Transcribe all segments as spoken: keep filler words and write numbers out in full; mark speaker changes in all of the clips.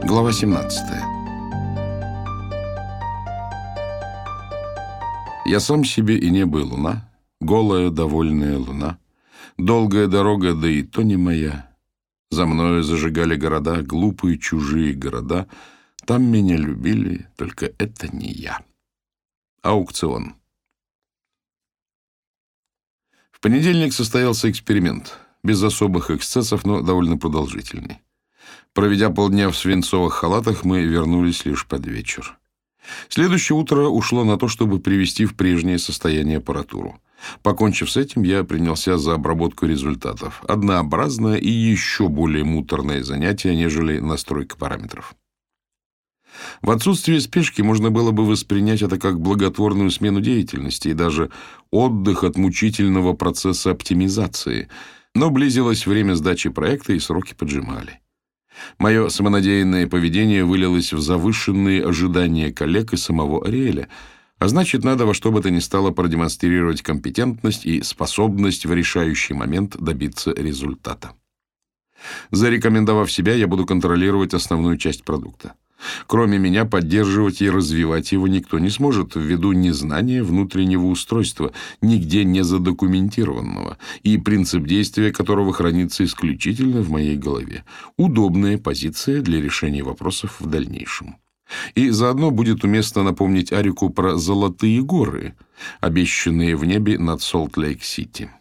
Speaker 1: Глава семнадцатая. Я сам себе и небо и луна, голая, довольная луна, долгая дорога, да и то не моя. За мною зажигали города, глупые чужие города. Там меня любили, только это не я. Аукцион. В понедельник состоялся эксперимент. Без особых эксцессов, но довольно продолжительный. Проведя полдня в свинцовых халатах, мы вернулись лишь под вечер. Следующее утро ушло на то, чтобы привести в прежнее состояние аппаратуру. Покончив с этим, я принялся за обработку результатов. Однообразное и еще более муторное занятие, нежели настройка параметров. В отсутствие спешки можно было бы воспринять это как благотворную смену деятельности и даже отдых от мучительного процесса оптимизации, но близилось время сдачи проекта, и сроки поджимали. Мое самонадеянное поведение вылилось в завышенные ожидания коллег и самого Ариэля, а значит, надо во что бы то ни стало продемонстрировать компетентность и способность в решающий момент добиться результата. Зарекомендовав себя, я буду контролировать основную часть продукта. Кроме меня, поддерживать и развивать его никто не сможет ввиду незнания внутреннего устройства, нигде не задокументированного, и принцип действия которого хранится исключительно в моей голове. Удобная позиция для решения вопросов в дальнейшем. И заодно будет уместно напомнить Арику про золотые горы, обещанные в небе над Солт-Лейк-Сити.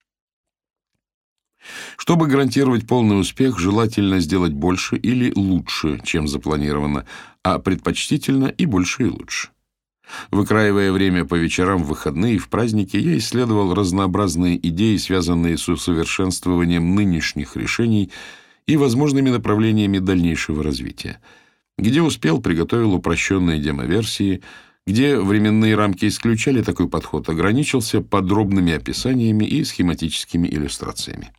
Speaker 1: Чтобы гарантировать полный успех, желательно сделать больше или лучше, чем запланировано, а предпочтительно и больше, и лучше. Выкраивая время по вечерам, в выходные и в праздники, я исследовал разнообразные идеи, связанные с усовершенствованием нынешних решений и возможными направлениями дальнейшего развития. Где успел, приготовил упрощенные демоверсии, где временные рамки исключали такой подход, ограничился подробными описаниями и схематическими иллюстрациями.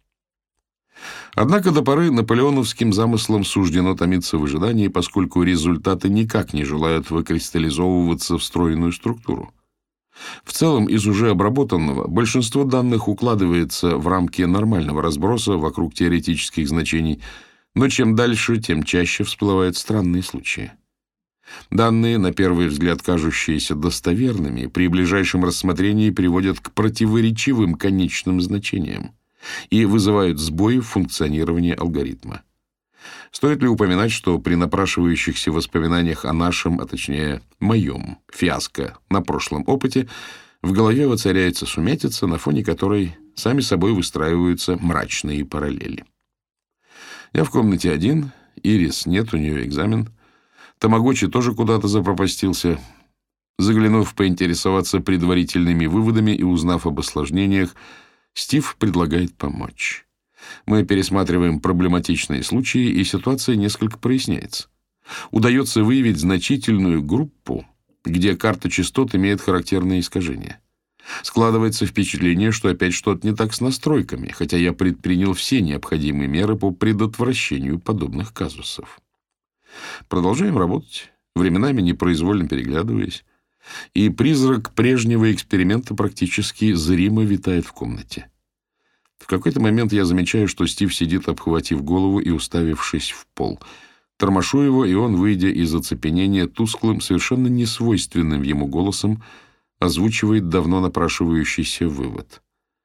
Speaker 1: Однако до поры наполеоновским замыслам суждено томиться в ожидании, поскольку результаты никак не желают выкристаллизовываться в стройную структуру. В целом, из уже обработанного большинство данных укладывается в рамки нормального разброса вокруг теоретических значений, но чем дальше, тем чаще всплывают странные случаи. Данные, на первый взгляд кажущиеся достоверными, при ближайшем рассмотрении приводят к противоречивым конечным значениям и вызывают сбои в функционировании алгоритма. Стоит ли упоминать, что при напрашивающихся воспоминаниях о нашем, а точнее моем, фиаско на прошлом опыте, в голове воцаряется сумятица, на фоне которой сами собой выстраиваются мрачные параллели. Я в комнате один, Ирис нет, у нее экзамен, Тамагочи тоже куда-то запропастился. Заглянув поинтересоваться предварительными выводами и узнав об осложнениях, Стив предлагает помочь. Мы пересматриваем проблематичные случаи, и ситуация несколько проясняется. Удается выявить значительную группу, где карта частот имеет характерные искажения. Складывается впечатление, что опять что-то не так с настройками, хотя я предпринял все необходимые меры по предотвращению подобных казусов. Продолжаем работать, временами непроизвольно переглядываясь, и призрак прежнего эксперимента практически зримо витает в комнате. В какой-то момент я замечаю, что Стив сидит, обхватив голову и уставившись в пол. Тормошу его, и он, выйдя из оцепенения, тусклым, совершенно несвойственным ему голосом, озвучивает давно напрашивающийся вывод.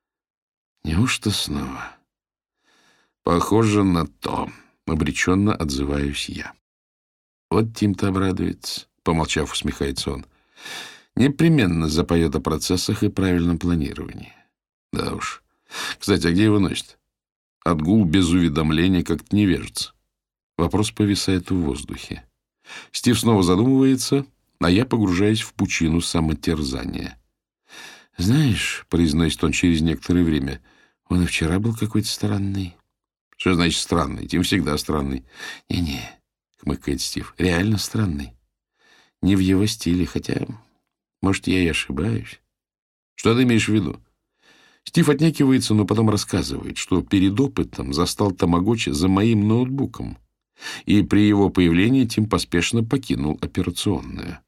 Speaker 1: «Неужто снова?» «Похоже на то», — обреченно отзываюсь я. «Вот Тим-то обрадуется», — помолчав, усмехается он. «Непременно запоет о процессах и правильном планировании». Да уж. Кстати, а где его носит? Отгул без уведомления как-то не вяжется. Вопрос повисает в воздухе. Стив снова задумывается, а я погружаюсь в пучину самотерзания. «Знаешь», — произносит он через некоторое время, — «он и вчера был какой-то странный». «Что значит странный? Тим всегда странный». «Не-не», — хмыкает Стив, — «реально странный. Не в его стиле, хотя, может, я и ошибаюсь». «Что ты имеешь в виду?» Стив отнекивается, но потом рассказывает, что перед опытом застал Тамагочи за моим ноутбуком, и при его появлении Тим поспешно покинул операционную.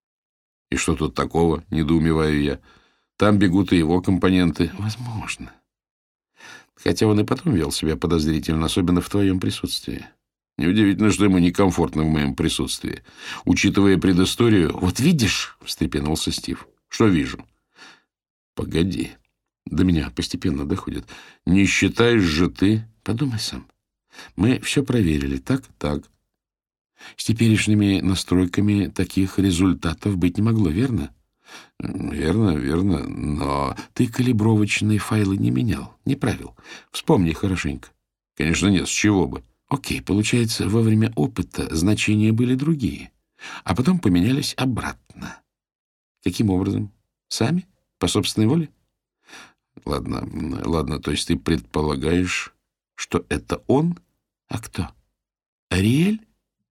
Speaker 1: «И что тут такого?» — недоумеваю я. «Там бегут и его компоненты». «Возможно. Хотя он и потом вел себя подозрительно, особенно в твоем присутствии. Неудивительно, что ему некомфортно в моем присутствии. Учитывая предысторию...
Speaker 2: «Вот видишь», — встрепенулся Стив.
Speaker 1: Что вижу? Погоди. До меня постепенно доходит. Не считаешь же ты...
Speaker 2: Подумай сам. Мы все проверили, так?
Speaker 1: Так.
Speaker 2: С теперешними настройками таких результатов быть не могло, верно?
Speaker 1: Верно, верно, но...
Speaker 2: Ты калибровочные файлы не менял, не правил. Вспомни хорошенько.
Speaker 1: Конечно, нет, с чего бы.
Speaker 2: Окей, получается, во время опыта значения были другие, а потом поменялись обратно. Каким образом? Сами? По собственной воле?
Speaker 1: Ладно, ладно, то есть ты предполагаешь, что это он?
Speaker 2: А кто? Ариэль?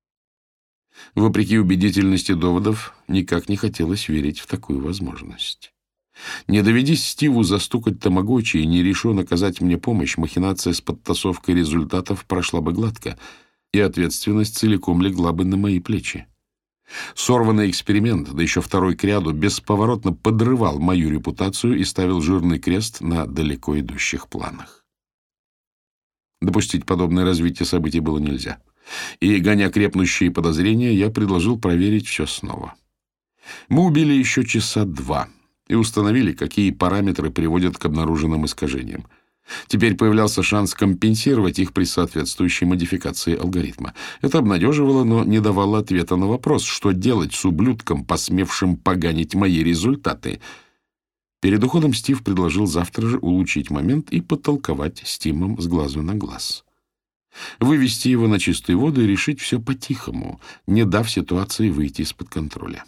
Speaker 1: Вопреки убедительности доводов, никак не хотелось верить в такую возможность. Не доведись Стиву застукать тамагочи и не решу наказать мне помощь, махинация с подтасовкой результатов прошла бы гладко, и ответственность целиком легла бы на мои плечи. Сорванный эксперимент, да еще второй кряду, бесповоротно подрывал мою репутацию и ставил жирный крест на далеко идущих планах. Допустить подобное развитие событий было нельзя. И, гоня крепнущие подозрения, я предложил проверить все снова. Мы убили еще часа два и установили, какие параметры приводят к обнаруженным искажениям. Теперь появлялся шанс компенсировать их при соответствующей модификации алгоритма. Это обнадеживало, но не давало ответа на вопрос, что делать с ублюдком, посмевшим поганить мои результаты. Перед уходом Стив предложил завтра же улучшить момент и потолковать с Тимом с глазу на глаз. Вывести его на чистую воду и решить все по-тихому, не дав ситуации выйти из-под контроля.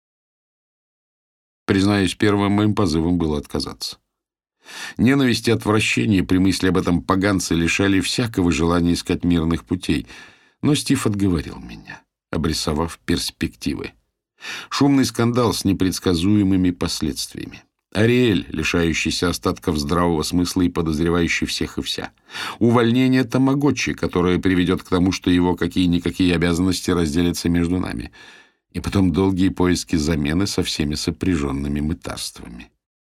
Speaker 1: Признаюсь, первым моим позывом было отказаться. Ненависть и отвращение при мысли об этом поганце лишали всякого желания искать мирных путей, но Стив отговорил меня, обрисовав перспективы. Шумный скандал с непредсказуемыми последствиями. Ариэль, лишающийся остатков здравого смысла и подозревающий всех и вся. Увольнение тамагочи, которое приведет к тому, что его какие-никакие обязанности разделятся между нами. И потом долгие поиски замены со всеми сопряженными мытарствами.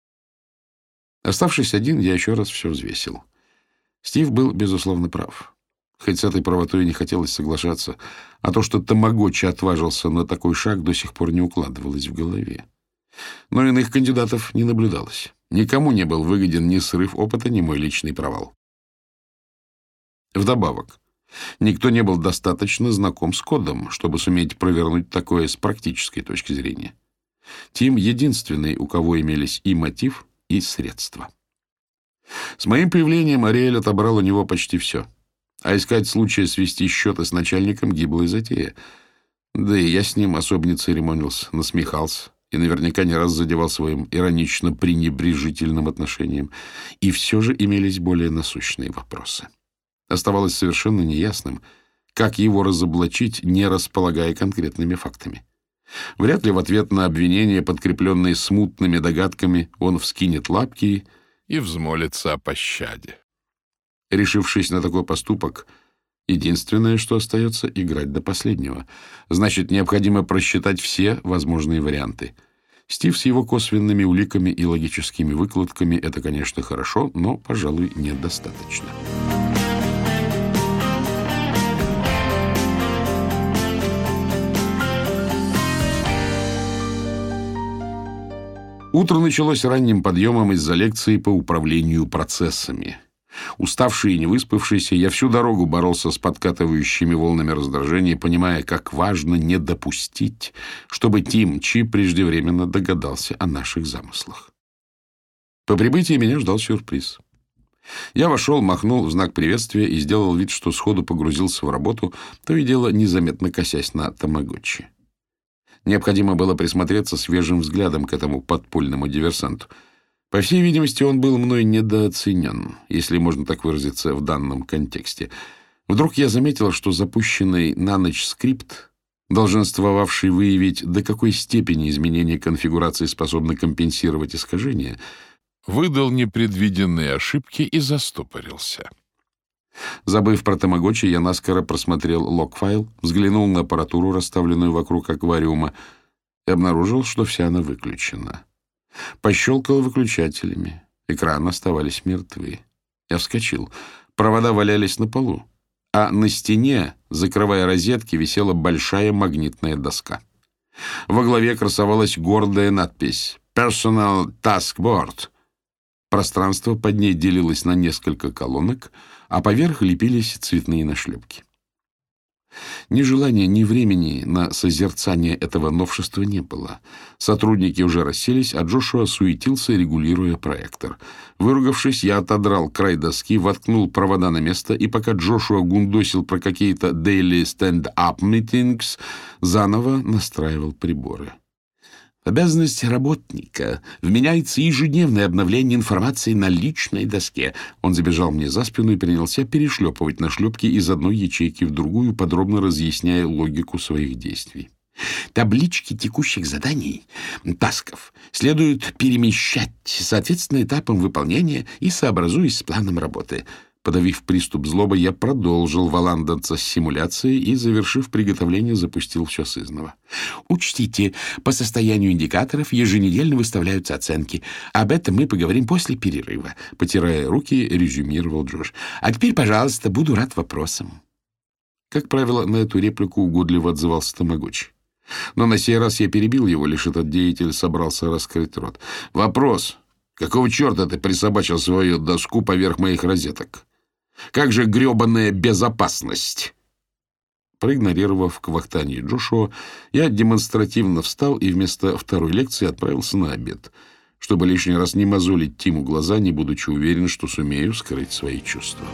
Speaker 1: Оставшись один, я еще раз все взвесил. Стив был, безусловно, прав. Хоть с этой правотой не хотелось соглашаться, а то, что тамагочи отважился на такой шаг, до сих пор не укладывалось в голове. Но иных кандидатов не наблюдалось. Никому не был выгоден ни срыв опыта, ни мой личный провал. Вдобавок, никто не был достаточно знаком с кодом, чтобы суметь провернуть такое с практической точки зрения. Тим — единственный, у кого имелись и мотив, и средства. С моим появлением Ариэль отобрал у него почти все. А искать случая свести счеты с начальником — гиблая затея. Да и я с ним особо не церемонился, насмехался и наверняка не раз задевал своим иронично-пренебрежительным отношением. И все же имелись более насущные вопросы. Оставалось совершенно неясным, как его разоблачить, не располагая конкретными фактами. Вряд ли в ответ на обвинения, подкрепленные смутными догадками, он вскинет лапки и взмолится о пощаде. Решившись на такой поступок, единственное, что остается — играть до последнего. Значит, необходимо просчитать все возможные варианты. Стив с его косвенными уликами и логическими выкладками — это, конечно, хорошо, но, пожалуй, недостаточно. Утро началось ранним подъемом из-за лекции по управлению процессами. Уставший и невыспавшийся, я всю дорогу боролся с подкатывающими волнами раздражения, понимая, как важно не допустить, чтобы Тим Чи преждевременно догадался о наших замыслах. По прибытии меня ждал сюрприз. Я вошел, махнул в знак приветствия и сделал вид, что сходу погрузился в работу, то и дело незаметно косясь на тамагочи. Необходимо было присмотреться свежим взглядом к этому подпольному диверсанту. По всей видимости, он был мной недооценен, если можно так выразиться в данном контексте. Вдруг я заметил, что запущенный на ночь скрипт, долженствовавший выявить, до какой степени изменение конфигурации способно компенсировать искажения, выдал непредвиденные ошибки и застопорился. Забыв про тамагочи, я наскоро просмотрел лог-файл, взглянул на аппаратуру, расставленную вокруг аквариума, и обнаружил, что вся она выключена. Пощелкал выключателями. Экраны оставались мертвы. Я вскочил. Провода валялись на полу. а на стене, закрывая розетки, висела большая магнитная доска. Во главе красовалась гордая надпись «Personal Task Board». Пространство под ней делилось на несколько колонок, а поверх лепились цветные нашлепки. Ни желания, ни времени на созерцание этого новшества не было. Сотрудники уже расселись, а Джошуа суетился, регулируя проектор. Выругавшись, я отодрал край доски, воткнул провода на место, и пока Джошуа гундосил про какие-то daily stand-up meetings, заново настраивал приборы. В обязанность работника вменяется ежедневное обновление информации на личной доске. Он забежал мне за спину и принялся перешлепывать нашлепки из одной ячейки в другую, подробно разъясняя логику своих действий. Таблички текущих заданий, тасков, следует перемещать соответственно этапам выполнения и сообразуясь с планом работы. Подавив приступ злобы, я продолжил валандаться с симуляцией и, завершив приготовление, запустил все сызнова. Учтите, по состоянию индикаторов еженедельно выставляются оценки. Об этом мы поговорим после перерыва. Потирая руки, резюмировал Джош. А теперь, пожалуйста, буду рад вопросам. Как правило, на эту реплику угодливо отзывался Тамагочи. Но на сей раз я перебил его, лишь этот деятель собрался раскрыть рот. Вопрос. Какого черта ты присобачил свою доску поверх моих розеток? Как же гребаная безопасность? Проигнорировав квахтанье Джошуа, я демонстративно встал и вместо второй лекции отправился на обед, чтобы лишний раз не мозолить Тиму глаза, не будучи уверен, что сумею скрыть свои чувства.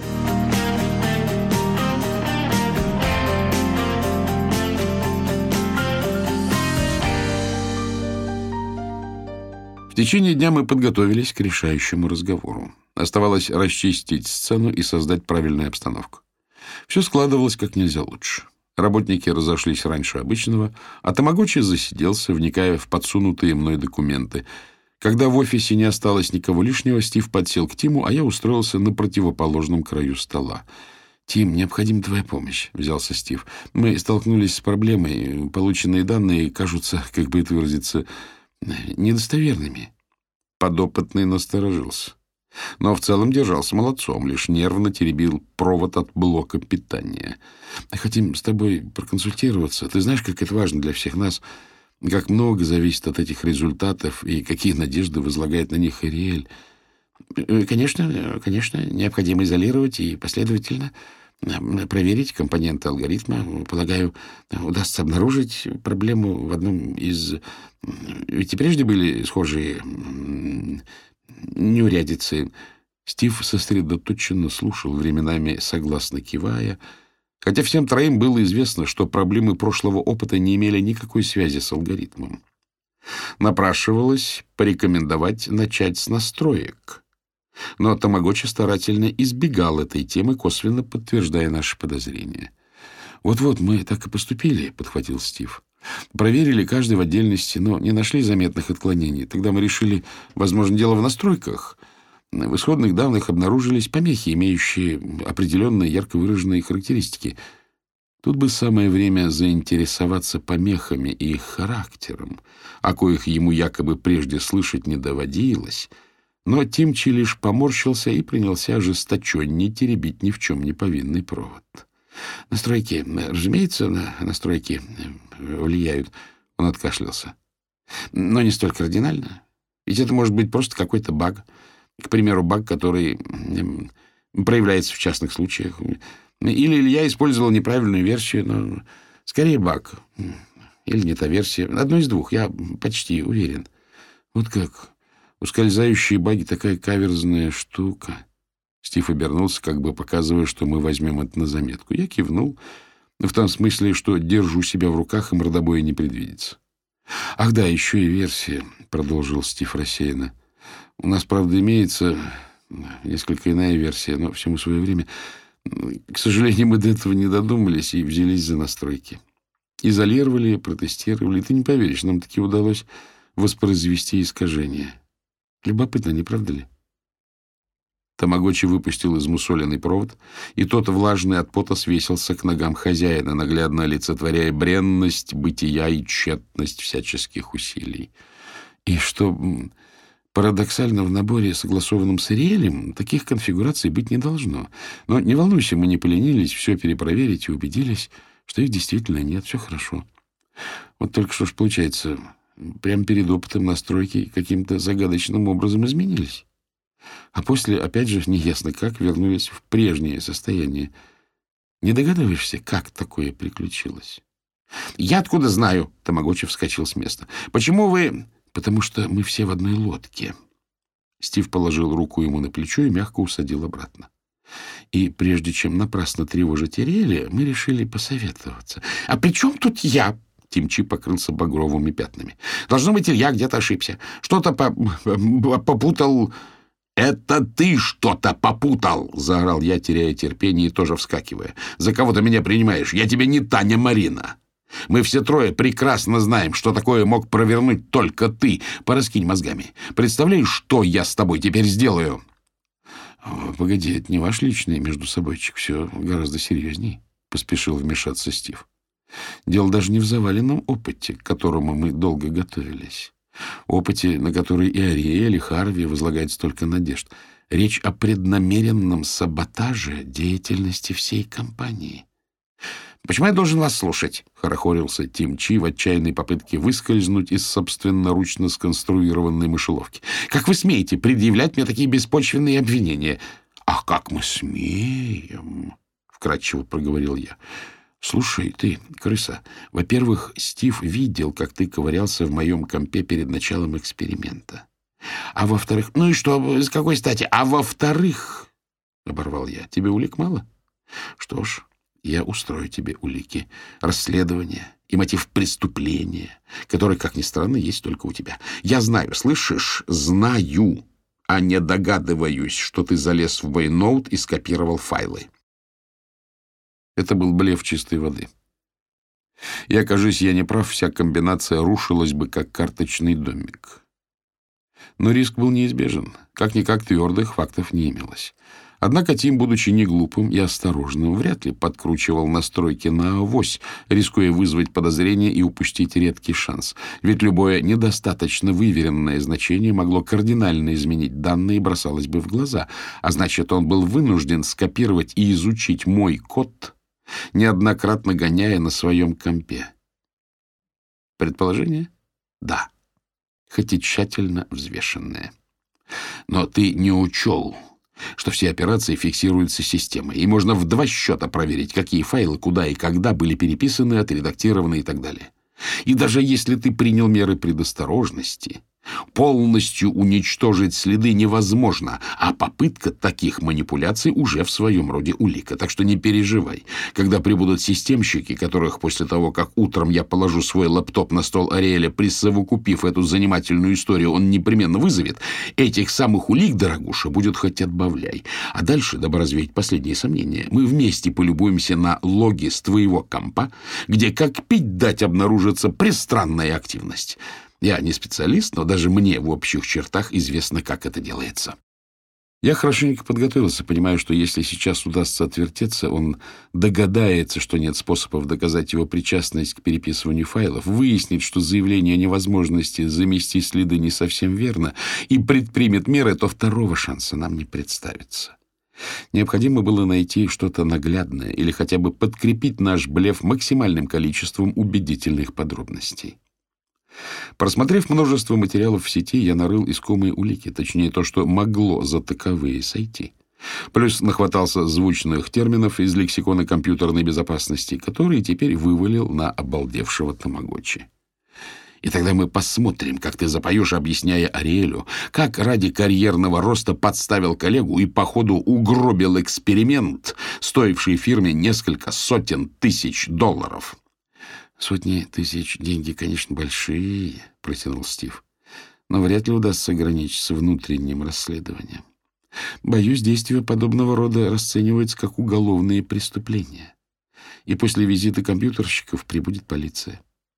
Speaker 1: В течение дня мы подготовились к решающему разговору. Оставалось расчистить сцену и создать правильную обстановку. Все складывалось как нельзя лучше. Работники разошлись раньше обычного, а Тамагочи засиделся, вникая в подсунутые мной документы. Когда в офисе не осталось никого лишнего, Стив подсел к Тиму, а я устроился на противоположном краю стола. «Тим, необходима твоя помощь», — взялся Стив. «Мы столкнулись с проблемой. Полученные данные кажутся, как бы это выразиться, недостоверными». Подопытный насторожился, но в целом держался молодцом, лишь нервно теребил провод от блока питания. «Хотим с тобой проконсультироваться. Ты знаешь, как это важно для всех нас, как много зависит от этих результатов и какие надежды возлагает на них Ириэль. Конечно, конечно, необходимо изолировать и последовательно проверить компоненты алгоритма. Полагаю, удастся обнаружить проблему в одном из... Ведь и прежде были схожие неурядицы». Стив сосредоточенно слушал, временами согласно кивая, хотя всем троим было известно, что проблемы прошлого опыта не имели никакой связи с алгоритмом. Напрашивалось порекомендовать начать с настроек. Но Тамагочи старательно избегал этой темы, косвенно подтверждая наши подозрения. «Вот-вот, мы так и поступили», — подхватил Стив. «Проверили каждый в отдельности, но не нашли заметных отклонений. Тогда мы решили, возможно, дело в настройках. В исходных данных обнаружились помехи, имеющие определенные ярко выраженные характеристики. Тут бы самое время заинтересоваться помехами и их характером, о коих ему якобы прежде слышать не доводилось». Но Тимчи лишь поморщился и принялся ожесточеннее теребить ни в чем не повинный провод. «Настройки, разумеется, на настройки влияют». Он откашлялся. «Но не столь кардинально. Ведь это может быть просто какой-то баг. К примеру, баг, который проявляется в частных случаях. Или я использовал неправильную версию, но скорее баг. Или не та версия. Одно из двух, я почти уверен». «Вот как? Ускользающие баги — такая каверзная штука». Стив обернулся, как бы показывая, что мы возьмем это на заметку. Я кивнул, в том смысле, что держу себя в руках, и мордобоя не предвидится. «Ах да, еще и версия», — продолжил Стив рассеянно. «У нас, правда, имеется несколько иная версия, но всему свое время. К сожалению, мы до этого не додумались и взялись за настройки. Изолировали, протестировали. Ты не поверишь, нам таки удалось воспроизвести искажения. Любопытно, не правда ли?» Тамагочи выпустил измусоленный провод, и тот, влажный от пота, свесился к ногам хозяина, наглядно олицетворяя бренность бытия и тщетность всяческих усилий. «И что
Speaker 2: Парадоксально, в наборе, согласованном с Ириэлем, таких конфигураций быть не должно. Но не волнуйся, мы не поленились все перепроверить и убедились, что их действительно нет, все хорошо. Вот только что ж получается, прямо перед опытом настройки каким-то загадочным образом изменились. А после, опять же, неясно как, вернулись в прежнее состояние. Не догадываешься, как такое приключилось? — Я откуда знаю? — Тамагочи вскочил с места. — Почему вы... — Потому что мы все в одной лодке. Стив положил руку ему на плечо и мягко усадил обратно. И прежде чем напрасно тревожить Ириэля, мы решили посоветоваться. — А при чем тут я? Тимчи покрылся багровыми пятнами. — Должно быть, я где-то ошибся. Что-то по попутал... — Это ты что-то попутал! — заорал я, теряя терпение и тоже вскакивая. — За кого ты меня принимаешь? Я тебе не Таня Марина. Мы все трое прекрасно знаем, что такое мог провернуть только ты. Пораскинь мозгами. Представляешь, что я с тобой теперь сделаю? — Погоди, это не ваш личный междусобойчик. Все гораздо серьезней, — поспешил вмешаться Стив. Дело даже не в заваленном опыте, к которому мы долго готовились. Опыте, на который и Ариэль, и Харви возлагают столько надежд. Речь о преднамеренном саботаже деятельности всей компании. — Почему я должен вас слушать? — хорохорился Тимчи в отчаянной попытке выскользнуть из собственноручно сконструированной мышеловки. — Как вы смеете предъявлять мне такие беспочвенные обвинения? — Ах, как мы смеем! — вкратчиво проговорил я. — Слушай, ты, крыса, во-первых, Стив видел, как ты ковырялся в моем компе перед началом эксперимента. А во-вторых... — Ну и что, с какой стати? А во-вторых, — оборвал я, — тебе улик мало? Что ж... Я устрою тебе улики, расследование и мотив преступления, который, как ни странно, есть только у тебя. Я знаю, слышишь? Знаю, а не догадываюсь, что ты залез в мой ноут и скопировал файлы. Это был блеф чистой воды. И, окажись я не прав, вся комбинация рушилась бы, как карточный домик. Но риск был неизбежен. Как-никак твердых фактов не имелось. Однако Тим, будучи неглупым и осторожным, вряд ли подкручивал настройки на авось, рискуя вызвать подозрение и упустить редкий шанс. Ведь любое недостаточно выверенное значение могло кардинально изменить данные и бросалось бы в глаза. А значит, он был вынужден скопировать и изучить мой код, неоднократно гоняя на своем компе. Предположение? Да. Хоть и тщательно взвешенное. Но ты не учел, что все операции фиксируются системой, и можно в два счета проверить, какие файлы, куда и когда были переписаны, отредактированы и так далее. И даже если ты принял меры предосторожности, полностью уничтожить следы невозможно, а попытка таких манипуляций уже в своем роде улика. Так что не переживай. Когда прибудут системщики, которых после того, как утром я положу свой лэптоп на стол Ариэля, присовокупив эту занимательную историю, он непременно вызовет, этих самых улик, дорогуша, будет хоть отбавляй. А дальше, дабы развеять последние сомнения, мы вместе полюбуемся на логи с твоего компа, где, как пить дать, обнаружится пристранная активность. Я не специалист, но даже мне в общих чертах известно, как это делается. Я хорошенько подготовился, понимая, что если сейчас удастся отвертеться, он догадается, что нет способов доказать его причастность к переписыванию файлов, выяснит, что заявление о невозможности замести следы не совсем верно, и предпримет меры, то второго шанса нам не представится. Необходимо было найти что-то наглядное или хотя бы подкрепить наш блеф максимальным количеством убедительных подробностей. Просмотрев множество материалов в сети, я нарыл искомые улики, точнее то, что могло за таковые сойти. Плюс нахватался звучных терминов из лексикона компьютерной безопасности, которые теперь вывалил на обалдевшего тамагочи. И тогда мы посмотрим, как ты запоешь, объясняя Ариэлю, как ради карьерного роста подставил коллегу и по ходу угробил эксперимент, стоивший фирме несколько сотен тысяч долларов. «Сотни тысяч — деньги, конечно, большие», — протянул Стив, «но вряд ли удастся ограничиться внутренним расследованием. Боюсь, действия подобного рода расцениваются как уголовные преступления. И после визита компьютерщиков прибудет полиция».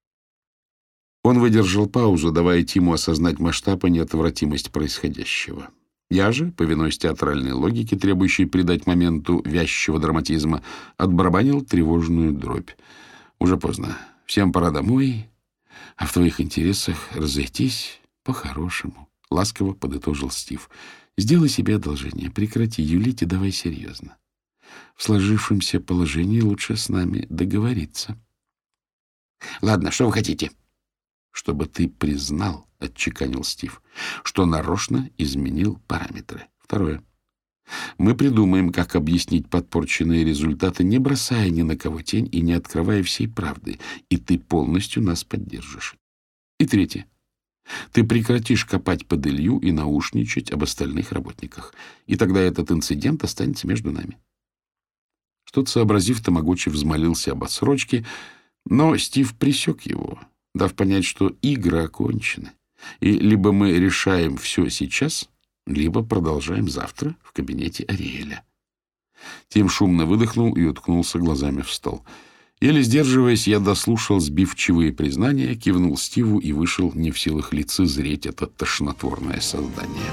Speaker 2: Он выдержал паузу, давая Тиму осознать масштаб и неотвратимость происходящего. Я же, повинуясь театральной логике, требующей придать моменту вязчего драматизма, отбарабанил тревожную дробь. «Уже поздно. Всем пора домой, а в твоих интересах разойтись по-хорошему. ласково подытожил Стив. Сделай себе одолжение, прекрати юлить и давай серьезно. В сложившемся положении лучше с нами договориться. Ладно, что вы хотите? Чтобы ты признал, отчеканил Стив, что нарочно изменил параметры. Второе. Мы придумаем, как объяснить подпорченные результаты, не бросая ни на кого тень и не открывая всей правды, и ты полностью нас поддержишь. И третье. Ты прекратишь копать под Илью и наушничать об остальных работниках, и тогда этот инцидент останется между нами. Что-то сообразив, Тамагочи взмолился об отсрочке, но Стив пресек его, дав понять, что игры окончены, и либо мы решаем все сейчас, либо продолжаем завтра в кабинете Ариэля. Тим шумно выдохнул и уткнулся глазами в стол. Еле сдерживаясь, я дослушал сбивчивые признания, кивнул Стиву и вышел, не в силах лицезреть это тошнотворное создание.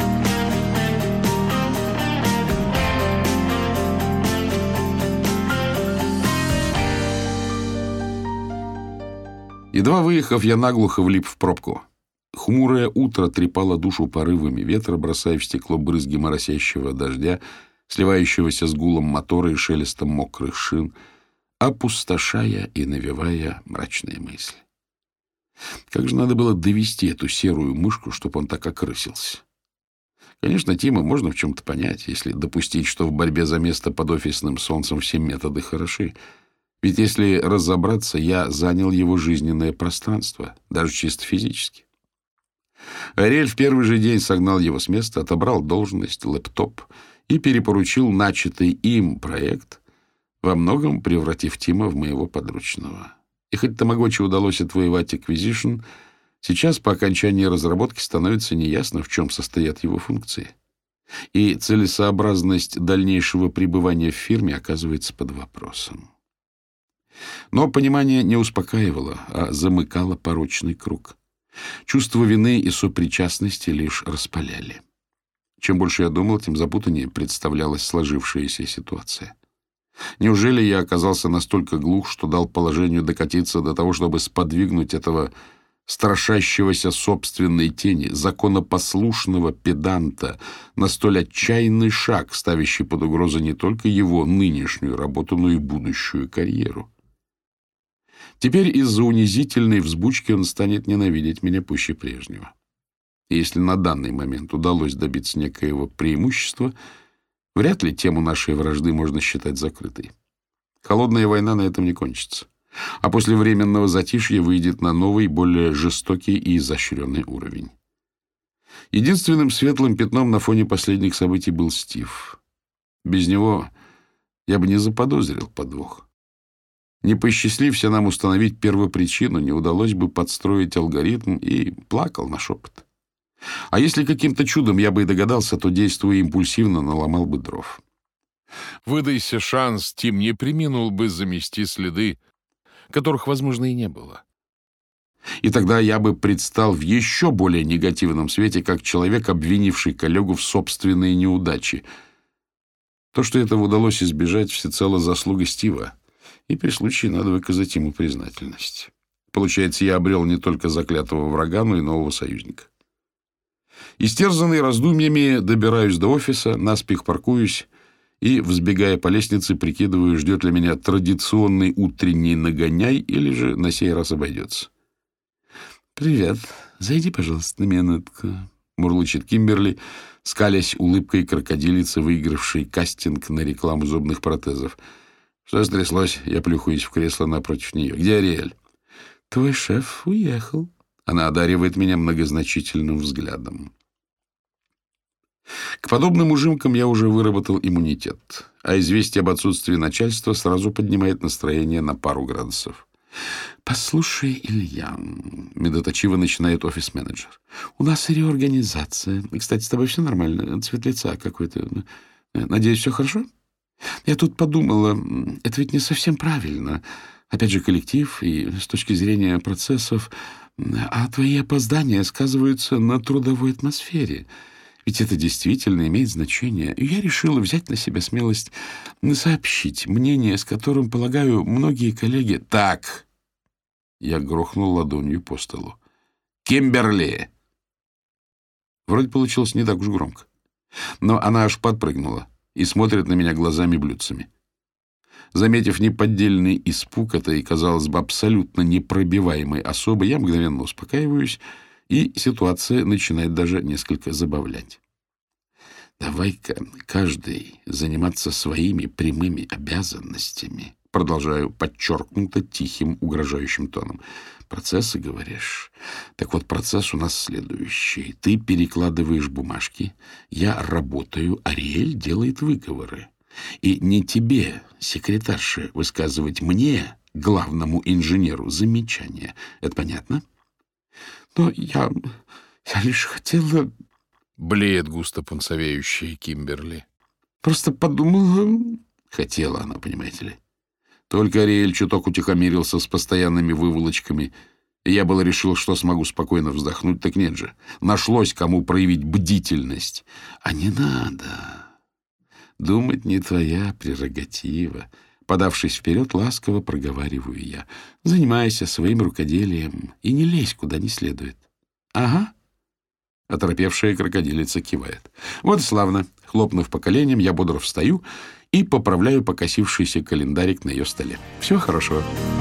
Speaker 2: Едва выехав, я наглухо влип в пробку. Хмурое утро трепало душу порывами ветра, бросая в стекло брызги моросящего дождя, сливающегося с гулом мотора и шелестом мокрых шин, опустошая и навевая мрачные мысли. Как же надо было довести эту серую мышку, чтобы он так окрысился? Конечно, Тима можно в чем-то понять, если допустить, что в борьбе за место под офисным солнцем все методы хороши. Ведь если разобраться, я занял его жизненное пространство, даже чисто физически. Ариэль в первый же день согнал его с места, отобрал должность, лэптоп и перепоручил начатый им проект, во многом превратив Тима в моего подручного. И хоть Тамагочи удалось отвоевать Acquisition, сейчас по окончании разработки становится неясно, в чем состоят его функции. И целесообразность дальнейшего пребывания в фирме оказывается под вопросом. Но понимание не успокаивало, а замыкало порочный круг. Чувство вины и сопричастности лишь распаляли. Чем больше я думал, тем запутаннее представлялась сложившаяся ситуация. Неужели я оказался настолько глух, что дал положению докатиться до того, чтобы сподвигнуть этого страшащегося собственной тени, законопослушного педанта на столь отчаянный шаг, ставящий под угрозу не только его нынешнюю работу, но и будущую карьеру? Теперь из-за унизительной взбучки он станет ненавидеть меня пуще прежнего. И если на данный момент удалось добиться некоего преимущества, вряд ли тему нашей вражды можно считать закрытой. Холодная война на этом не кончится. А после временного затишья выйдет на новый, более жестокий и изощренный уровень. Единственным светлым пятном на фоне последних событий был Стив. Без него я бы не заподозрил подвох. Не посчастлився нам установить первопричину, не удалось бы подстроить алгоритм, и плакал на шепот. А если каким-то чудом я бы и догадался, то, действуя импульсивно, наломал бы дров.
Speaker 3: Выдайся шанс, Тим не преминул бы замести следы, которых, возможно, и не было.
Speaker 2: И тогда я бы предстал в еще более негативном свете, как человек, обвинивший коллегу в собственной неудаче. То, что этого удалось избежать, всецело заслуга Стива, и при случае надо выказать ему признательность. Получается, я обрел не только заклятого врага, но и нового союзника. Истерзанный раздумьями, добираюсь до офиса, наспех паркуюсь и, взбегая по лестнице, прикидываю, ждет ли меня традиционный утренний нагоняй или же на сей раз обойдется. «Привет. Зайди, пожалуйста, на минутку», — мурлычет Кимберли, скалясь улыбкой крокодилицы, выигравшей кастинг на рекламу зубных протезов. «Что стряслось?» — я плюхаюсь в кресло напротив нее. «Где Ариэль?» «Твой шеф уехал». Она одаривает меня многозначительным взглядом. К подобным ужимкам я уже выработал иммунитет, а известие об отсутствии начальства сразу поднимает настроение на пару градусов. «Послушай, Илья», — медоточиво начинает офис-менеджер, — «у нас реорганизация. Кстати, с тобой все нормально? Цвет лица какой-то. Надеюсь, все хорошо? Я тут подумала, это ведь не совсем правильно. Опять же, коллектив и с точки зрения процессов, а твои опоздания сказываются на трудовой атмосфере. Ведь это действительно имеет значение. И я решила взять на себя смелость сообщить мнение, с которым, полагаю, многие коллеги... Так! Я грохнул ладонью по столу. Кимберли! Вроде получилось не так уж громко. Но она аж подпрыгнула и смотрит на меня глазами-блюдцами. Заметив неподдельный испуг этой, казалось бы, абсолютно непробиваемой особы, я мгновенно успокаиваюсь, и ситуация начинает даже несколько забавлять. «Давай-ка каждый заниматься своими прямыми обязанностями», продолжаю подчеркнуто тихим, угрожающим тоном. «Процессы, говоришь? Так вот, процесс у нас следующий. Ты перекладываешь бумажки, я работаю, Ариэль делает выговоры. И не тебе, секретарше, высказывать мне, главному инженеру, замечания. Это понятно?» «Но я... я лишь хотела...»
Speaker 3: Блеет густо пунцовеющая Кимберли.
Speaker 2: «Просто подумала...» Хотела она, понимаете ли. Только Ариэль чуток утихомирился с постоянными выволочками, и я было решил, что смогу спокойно вздохнуть, так нет же. Нашлось, кому проявить бдительность. А не надо. Думать не твоя прерогатива. Подавшись вперед, ласково проговариваю я. Занимайся своим рукоделием и не лезь куда не следует. Ага. Оторопевшая крокодилица кивает. Вот славно. Хлопнув по коленям, я бодро встаю и поправляю покосившийся календарик на ее столе. Всего хорошего.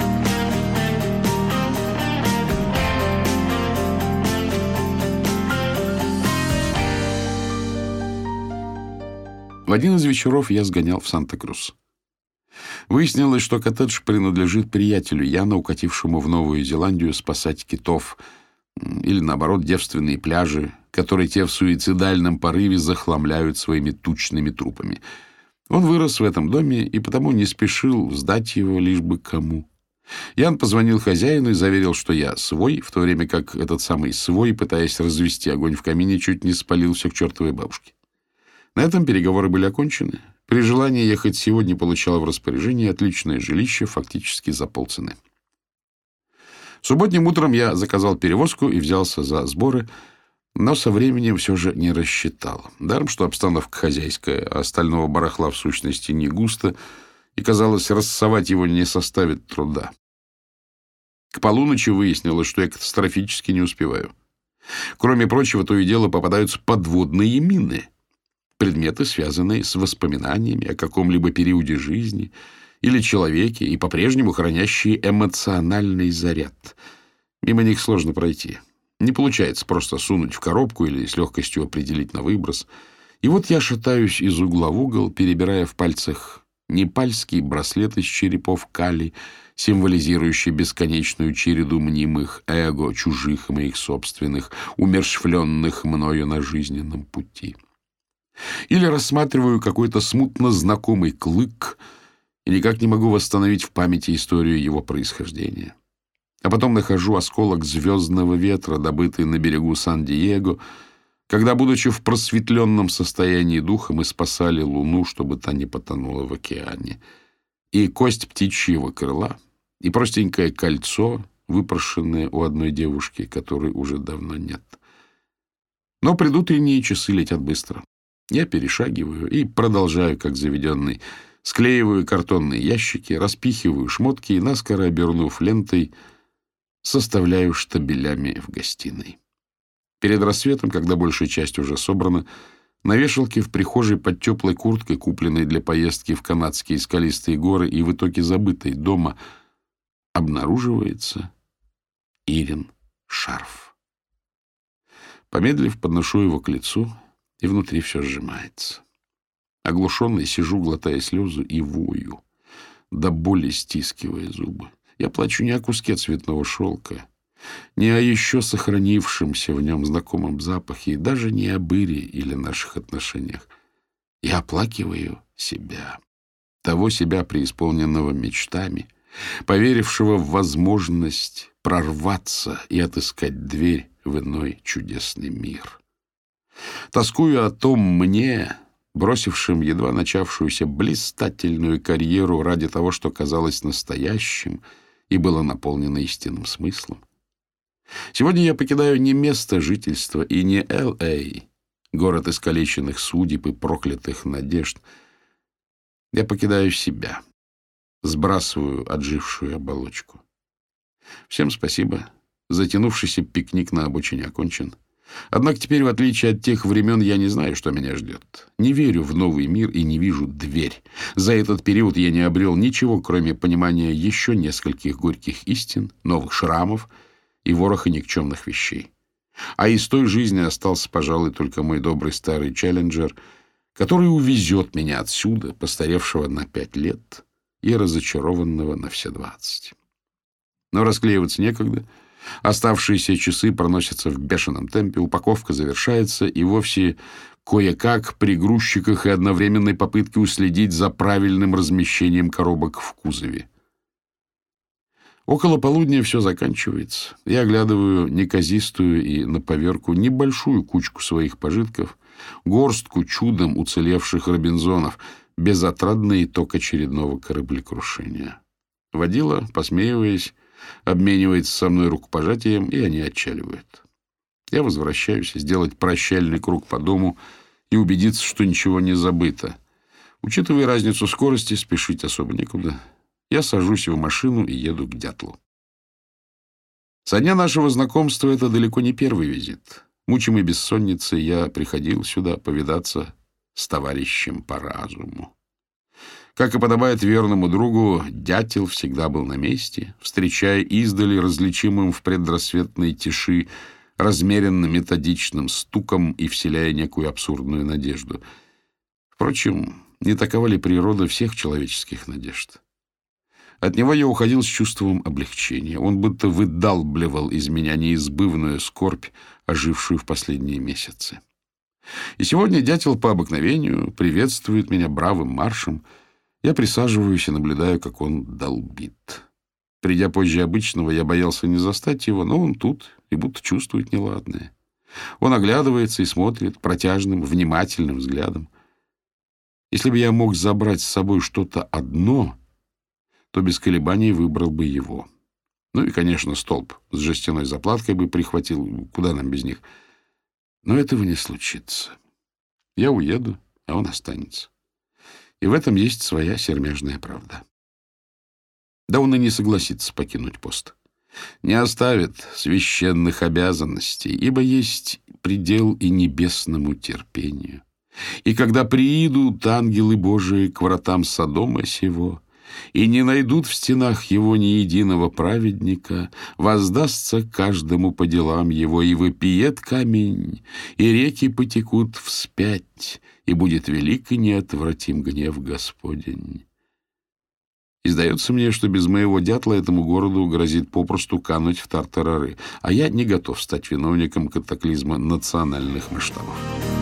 Speaker 2: В один из вечеров я сгонял в Санта-Крус. Выяснилось, что коттедж принадлежит приятелю Яна, укатившему в Новую Зеландию спасать китов, или, наоборот, девственные пляжи, которые те в суицидальном порыве захламляют своими тучными трупами. Он вырос в этом доме и потому не спешил сдать его лишь бы кому. Ян позвонил хозяину и заверил, что я свой, в то время как этот самый свой, пытаясь развести огонь в камине, чуть не спалил все к чертовой бабушке. На этом переговоры были окончены. При желании я хоть сегодня получал в распоряжении отличное жилище фактически за полцены. Субботним утром я заказал перевозку и взялся за сборы, но со временем все же не рассчитал. Даром, что обстановка хозяйская, а остального барахла в сущности не густо, и, казалось, рассовать его не составит труда. К полуночи выяснилось, что я катастрофически не успеваю. Кроме прочего, то и дело попадаются подводные мины. Предметы, связанные с воспоминаниями о каком-либо периоде жизни или человеке и по-прежнему хранящие эмоциональный заряд. Мимо них сложно пройти. Не получается просто сунуть в коробку или с легкостью определить на выброс. И вот я шатаюсь из угла в угол, перебирая в пальцах непальский браслет из черепов кали, символизирующий бесконечную череду мнимых эго, чужих и моих собственных, умерщвленных мною на жизненном пути. Или рассматриваю какой-то смутно знакомый клык и никак не могу восстановить в памяти историю его происхождения. А потом нахожу осколок звездного ветра, добытый на берегу Сан-Диего, когда, будучи в просветленном состоянии духа, мы спасали Луну, чтобы та не потонула в океане. И кость птичьего крыла, и простенькое кольцо, выпрошенное у одной девушки, которой уже давно нет. Но предутренние часы летят быстро. Я перешагиваю и продолжаю, как заведенный. Склеиваю картонные ящики, распихиваю шмотки и, наскоро обернув лентой, составляю штабелями в гостиной. Перед рассветом, когда большая часть уже собрана, на вешалке в прихожей под теплой курткой, купленной для поездки в канадские скалистые горы и в итоге забытой дома, обнаруживается Ирин шарф. Помедлив, подношу его к лицу, и внутри все сжимается. Оглушенный сижу, глотая слезы, и вою, до боли стискивая зубы. Я плачу не о куске цветного шелка, не о еще сохранившемся в нем знакомом запахе, и даже не о Ире или наших отношениях. Я оплакиваю себя, того себя, преисполненного мечтами, поверившего в возможность прорваться и отыскать дверь в иной чудесный мир. Тоскую о том мне, бросившим едва начавшуюся блистательную карьеру ради того, что казалось настоящим и было наполнено истинным смыслом. Сегодня я покидаю не место жительства и не Эл Эй, город искалеченных судеб и проклятых надежд. Я покидаю себя, сбрасываю отжившую оболочку. Всем спасибо. Затянувшийся пикник на обочине окончен.
Speaker 1: Однако теперь, в отличие от тех времен, я не знаю, что меня ждет. Не верю в новый мир и не вижу дверь. За этот период я не обрел ничего, кроме понимания еще нескольких горьких истин, новых шрамов и вороха никчемных вещей. А из той жизни остался, пожалуй, только мой добрый старый Челленджер, который увезет меня отсюда, постаревшего на пять лет и разочарованного на все двадцать. Но расклеиваться некогда. Оставшиеся часы проносятся в бешеном темпе, упаковка завершается, и вовсе кое-как при грузчиках и одновременной попытке уследить за правильным размещением коробок в кузове. Около полудня все заканчивается. Я оглядываю неказистую и на поверку небольшую кучку своих пожитков, горстку чудом уцелевших робинзонов, безотрадный итог очередного кораблекрушения. Водила, посмеиваясь, обменивается со мной рукопожатием, и они отчаливают. Я возвращаюсь сделать прощальный круг по дому и убедиться, что ничего не забыто. Учитывая разницу скорости, спешить особо некуда. Я сажусь в машину и еду к Дятлу. Со дня нашего знакомства это далеко не первый визит. Мучимый бессонницей, я приходил сюда повидаться с товарищем по разуму. Как и подобает верному другу, Дятел всегда был на месте, встречая издали различимым в предрассветной тиши размеренно-методичным стуком и вселяя некую абсурдную надежду. Впрочем, не такова ли природа всех человеческих надежд? От него я уходил с чувством облегчения. Он будто выдалбливал из меня неизбывную скорбь, ожившую в последние месяцы. И сегодня Дятел по обыкновению приветствует меня бравым маршем. Я присаживаюсь и наблюдаю, как он долбит. Придя позже обычного, я боялся не застать его, но он тут и будто чувствует неладное. Он оглядывается и смотрит протяжным, внимательным взглядом. Если бы я мог забрать с собой что-то одно, то без колебаний выбрал бы его. Ну и, конечно, столб с жестяной заплаткой бы прихватил, куда нам без них. Но этого не случится. Я уеду, а он останется. И в этом есть своя сермяжная правда. Да он и не согласится покинуть пост. Не оставит священных обязанностей, ибо есть предел и небесному терпению. И когда приидут ангелы Божии к вратам Содома сего, и не найдут в стенах его ни единого праведника, воздастся каждому по делам его, и вопиет камень, и реки потекут вспять, и будет велик и неотвратим гнев Господень. И сдается мне, что без моего дятла этому городу грозит попросту кануть в тартарары, а я не готов стать виновником катаклизма национальных масштабов.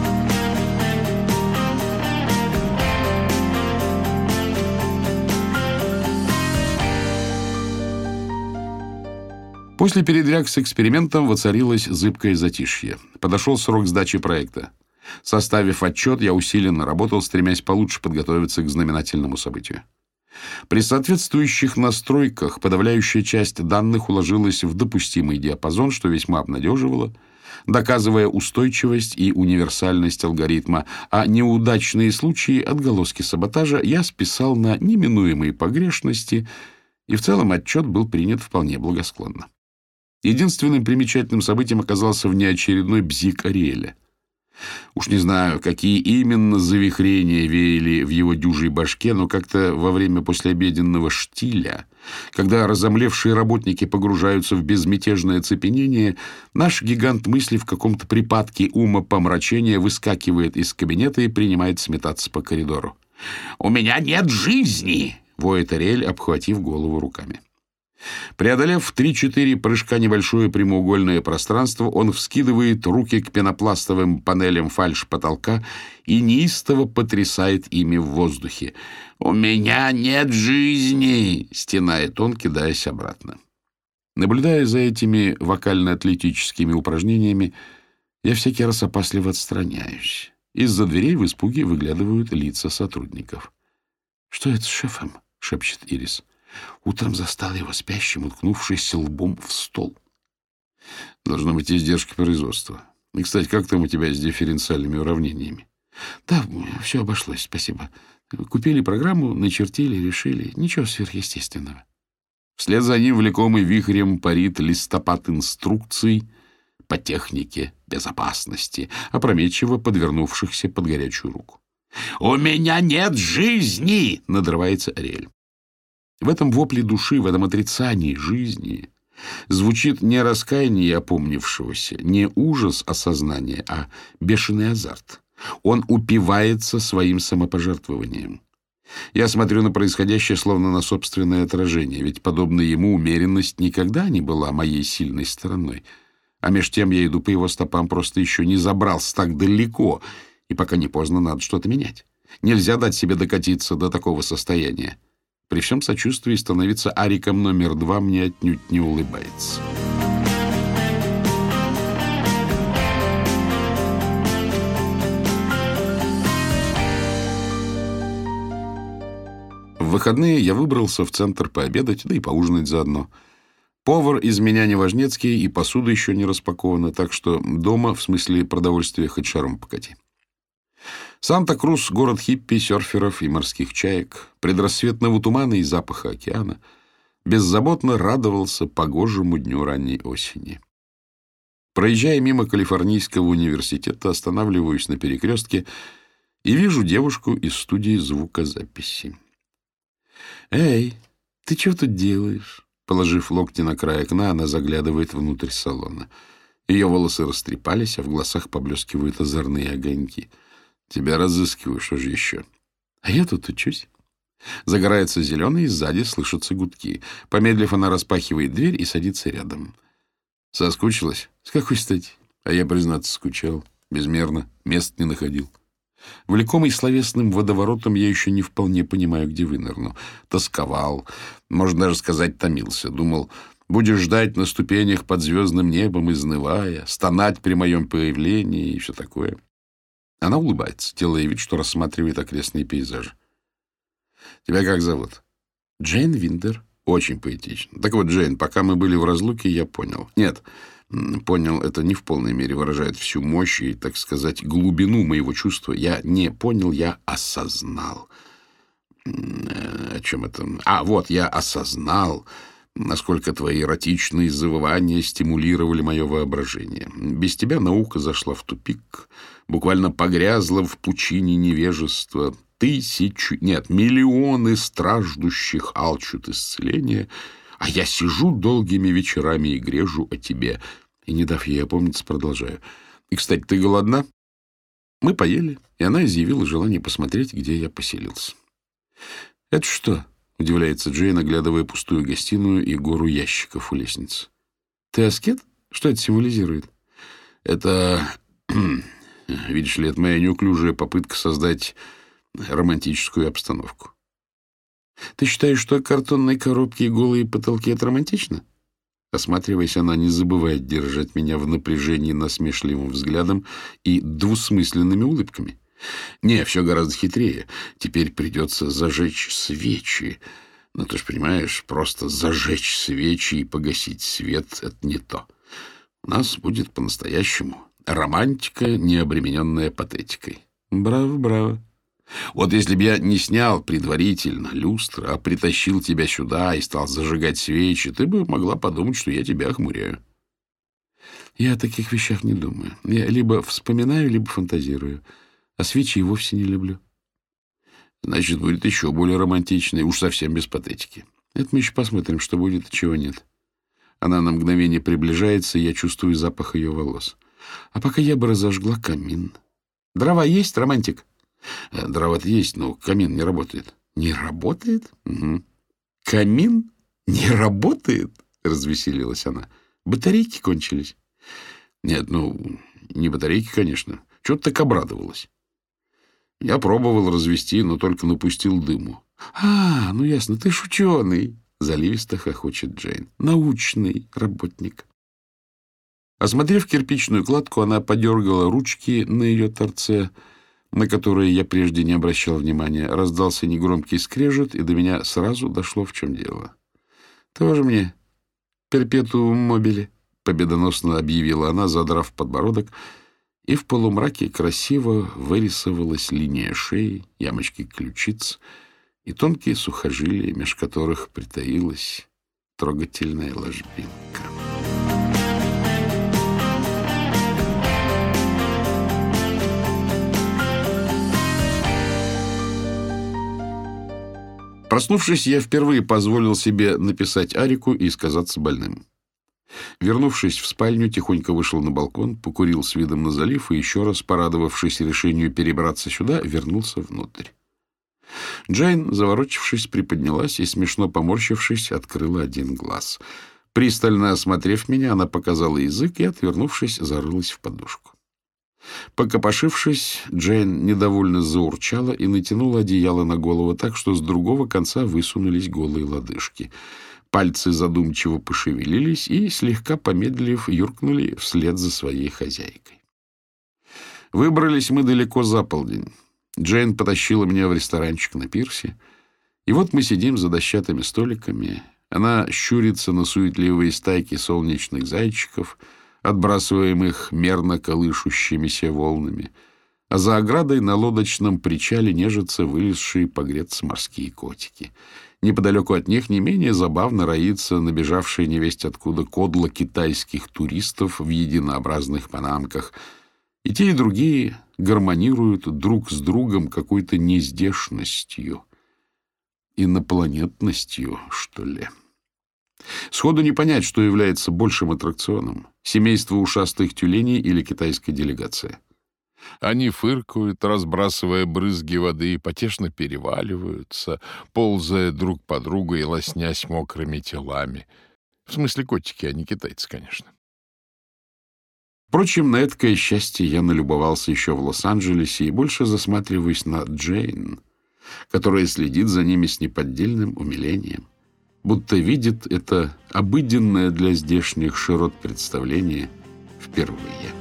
Speaker 1: После передряг с экспериментом воцарилось зыбкое затишье. Подошел срок сдачи проекта. Составив отчет, я усиленно работал, стремясь получше подготовиться к знаменательному событию. При соответствующих настройках подавляющая часть данных уложилась в допустимый диапазон, что весьма обнадеживало, доказывая устойчивость и универсальность алгоритма, а неудачные случаи, отголоски саботажа, я списал на неминуемые погрешности, и в целом отчет был принят вполне благосклонно. Единственным примечательным событием оказался внеочередной бзик Ариэля. Уж не знаю, какие именно завихрения веяли в его дюжей башке, но как-то во время послеобеденного штиля, когда разомлевшие работники погружаются в безмятежное оцепенение, наш гигант мысли в каком-то припадке умопомрачения выскакивает из кабинета и принимает сметаться по коридору. «У меня нет жизни!» — воет Ариэль, обхватив голову руками. Преодолев три-четыре прыжка небольшое прямоугольное пространство, он вскидывает руки к пенопластовым панелям фальш-потолка и неистово потрясает ими в воздухе. «У меня нет жизни!» — стенает он, кидаясь обратно. Наблюдая за этими вокально-атлетическими упражнениями, я всякий раз опасливо отстраняюсь. Из-за дверей в испуге выглядывают лица сотрудников. «Что это с шефом?» — шепчет Ирис. Утром застал его спящим, уткнувшись лбом в стол. Должно быть издержки производства. И, кстати, как там у тебя с дифференциальными уравнениями? Да, все обошлось, спасибо. Купили программу, начертили, решили. Ничего сверхъестественного. Вслед за ним, влекомый вихрем, парит листопад инструкций,
Speaker 2: по технике безопасности, опрометчиво подвернувшихся под горячую руку. «У меня нет жизни!» — надрывается Ариэль. В этом вопле души, в этом отрицании жизни звучит не раскаяние опомнившегося, не ужас осознания, а бешеный азарт. Он упивается своим самопожертвованием. Я смотрю на происходящее словно на собственное отражение, ведь, подобно ему, умеренность никогда не была моей сильной стороной. А меж тем я иду по его стопам, просто еще не забрался так далеко, и пока не поздно, надо что-то менять. Нельзя дать себе докатиться до такого состояния. При всем сочувствии становиться Ариком номер два мне отнюдь не улыбается. В выходные я выбрался в центр пообедать, да и поужинать заодно. Повар из меня неважнецкий, и посуда еще не распакована, так что дома, в смысле продовольствия, хоть шаром покати. Санта-Крус — город хиппи, серферов и морских чаек, предрассветного тумана и запаха океана, беззаботно радовался погожему дню ранней осени. Проезжая мимо Калифорнийского университета, останавливаюсь на перекрестке и вижу девушку из студии звукозаписи. «Эй, ты чего тут делаешь?» Положив локти на край окна, она заглядывает внутрь салона. Ее волосы растрепались, а в глазах поблескивают озорные огоньки. «Тебя разыскиваю, что же еще?» «А я тут учусь». Загорается зеленый, и сзади слышатся гудки. Помедлив, она распахивает дверь и садится рядом. «Соскучилась? С какой стати?» «А я, признаться, скучал. Безмерно. Мест не находил». Влекомый словесным водоворотом, я еще не вполне понимаю, где вынырну. Тосковал, можно даже сказать, томился. Думал, будешь ждать на ступенях под звездным небом, изнывая, стонать при моем появлении и все такое. Она улыбается, делая вид, что рассматривает окрестные пейзажи. «Тебя как зовут?» «Джейн Виндер». «Очень поэтично. Так вот, Джейн, пока мы были в разлуке, я понял». «Нет». Понял, это не в полной мере выражает всю мощь и, так сказать, глубину моего чувства. Я не понял, я осознал. О чем это? А, вот, я осознал, насколько твои эротичные завывания стимулировали мое воображение. Без тебя наука зашла в тупик, буквально погрязла в пучине невежества. Тысячи, нет, миллионы страждущих алчут исцеления, а я сижу долгими вечерами и грежу о тебе». И, не дав ей опомниться, продолжаю. «И, кстати, ты голодна?» Мы поели, и она изъявила желание посмотреть, где я поселился. «Это что?» — удивляется Джейн, оглядывая пустую гостиную и гору ящиков у лестницы. «Ты аскет? Что это символизирует?» «Это, видишь ли, это моя неуклюжая попытка создать романтическую обстановку». «Ты считаешь, что картонные коробки и голые потолки — это романтично?» Осматриваясь, она не забывает держать меня в напряжении насмешливым взглядом и двусмысленными улыбками. Не, все гораздо хитрее. Теперь придется зажечь свечи. Ну, ты ж понимаешь, просто зажечь свечи и погасить свет — это не то. У нас будет по-настоящему романтика, не обремененная патетикой. Браво, браво. Вот если бы я не снял предварительно люстру, а притащил тебя сюда и стал зажигать свечи, ты бы могла подумать, что я тебя охмуряю. Я о таких вещах не думаю. Я либо вспоминаю, либо фантазирую. А свечи и вовсе не люблю. Значит, будет еще более романтично и уж совсем без патетики. Это мы еще посмотрим, что будет и чего нет. Она на мгновение приближается, и я чувствую запах ее волос. А пока я бы разожгла камин. Дрова есть, романтик? Дрова-то есть, но камин не работает. Не работает? Угу. Камин не работает? Развеселилась она. Батарейки кончились. Нет, ну, не батарейки, конечно. Чего-то так обрадовалась. Я пробовал развести, но только напустил дыму. А, ну ясно, ты ж ученый. Заливисто хохочет Джейн. Научный работник. Осмотрев кирпичную кладку, она подергала ручки на ее торце, на которые я прежде не обращал внимания. Раздался негромкий скрежет, и до меня сразу дошло, в чем дело. «Тоже мне перпетуум мобили», — победоносно объявила она, задрав подбородок, и в полумраке красиво вырисовалась линия шеи, ямочки ключиц и тонкие сухожилия, меж которых притаилась трогательная ложбинка.
Speaker 1: Проснувшись, я впервые позволил себе написать Арику и сказаться больным. Вернувшись в спальню, тихонько вышел на балкон, покурил с видом на залив и, еще раз порадовавшись решению перебраться сюда, вернулся внутрь. Джейн, заворочившись, приподнялась и, смешно поморщившись, открыла один глаз. Пристально осмотрев меня, она показала язык и, отвернувшись, зарылась в подушку. Покопошившись, Джейн недовольно заурчала и натянула одеяло на голову так, что с другого конца высунулись голые лодыжки. Пальцы задумчиво пошевелились и, слегка помедлив, юркнули вслед за своей хозяйкой. Выбрались мы далеко за полдень. Джейн потащила меня в ресторанчик на пирсе, и вот мы сидим за дощатыми столиками. Она щурится на суетливые стайки солнечных зайчиков, отбрасываемых мерно колышущимися волнами, а за оградой на лодочном причале нежатся вылезшие погреться морские котики. Неподалеку от них не менее забавно роится набежавшая невесть откуда кодло китайских туристов в единообразных панамках. И те, и другие гармонируют друг с другом какой-то нездешностью, инопланетностью, что ли. Сходу не понять, что является большим аттракционом — семейство ушастых тюленей или китайская делегация.
Speaker 3: Они фыркают, разбрасывая брызги воды, потешно переваливаются, ползая друг по другу и лоснясь мокрыми телами. В смысле котики, а не китайцы, конечно.
Speaker 1: Впрочем, на эткое счастье я налюбовался еще в Лос-Анджелесе и больше засматриваюсь на Джейн, которая следит за ними с неподдельным умилением, будто видит это обыденное для здешних широт представление впервые.